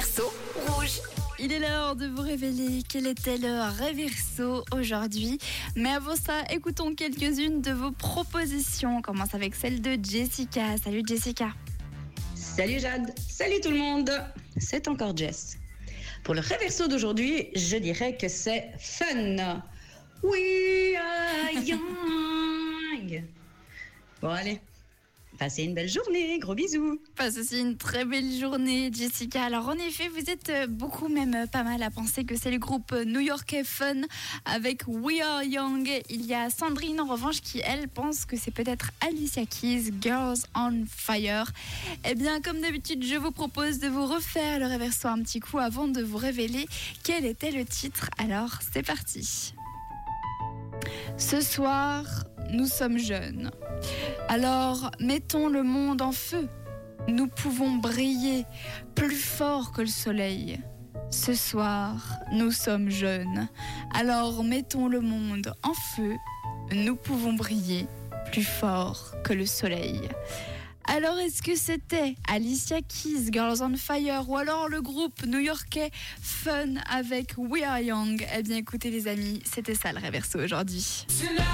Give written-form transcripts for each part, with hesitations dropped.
Réverso rouge. Il est l'heure de vous révéler quel était le réverso aujourd'hui. Mais avant ça, écoutons quelques-unes de vos propositions. On commence avec celle de Jessica. Salut Jessica. Salut Jade, salut tout le monde, c'est encore Jess. Pour le réverso d'aujourd'hui, je dirais que c'est fun. We are young. Bon allez, passez une belle journée, gros bisous. Passe aussi une très belle journée Jessica. Alors en effet, vous êtes beaucoup, même pas mal à penser que c'est le groupe new-yorkais Fun avec We Are Young. Il y a Sandrine en revanche qui elle pense que c'est peut-être Alicia Keys, Girls on Fire. Eh bien comme d'habitude, je vous propose de vous refaire le réverso un petit coup avant de vous révéler quel était le titre. Alors c'est parti. Ce soir, nous sommes jeunes. Alors, mettons le monde en feu. Nous pouvons briller plus fort que le soleil. Ce soir, nous sommes jeunes. Alors, mettons le monde en feu. Nous pouvons briller plus fort que le soleil. Alors, est-ce que c'était Alicia Keys, Girls on Fire, ou alors le groupe new-yorkais Fun avec We Are Young? Eh bien, écoutez les amis, c'était ça le réverso aujourd'hui.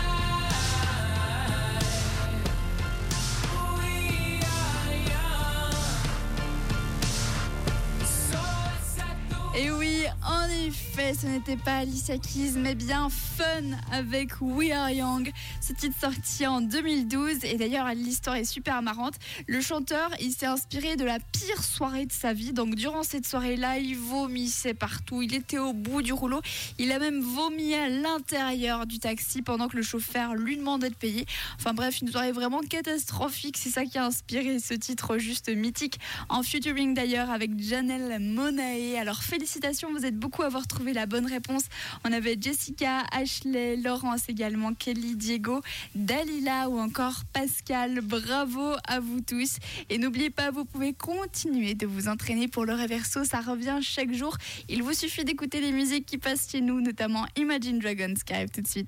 Et oui, en effet, ce n'était pas Alicia Keys, mais bien Fun avec We Are Young. Ce titre sorti en 2012. Et d'ailleurs, l'histoire est super marrante. Le chanteur, il s'est inspiré de la pire soirée de sa vie. Donc, durant cette soirée-là, il vomissait partout. Il était au bout du rouleau. Il a même vomi à l'intérieur du taxi pendant que le chauffeur lui demandait de payer. Enfin bref, une soirée vraiment catastrophique. C'est ça qui a inspiré ce titre juste mythique. En featuring d'ailleurs avec Janelle Monáe. Alors, félicitations, vous êtes beaucoup à avoir trouvé la bonne réponse. On avait Jessica, Ashley, Laurence également, Kelly, Diego, Dalila ou encore Pascal. Bravo à vous tous. Et n'oubliez pas, vous pouvez continuer de vous entraîner pour le réverso. Ça revient chaque jour. Il vous suffit d'écouter les musiques qui passent chez nous, notamment Imagine Dragons qui arrive tout de suite.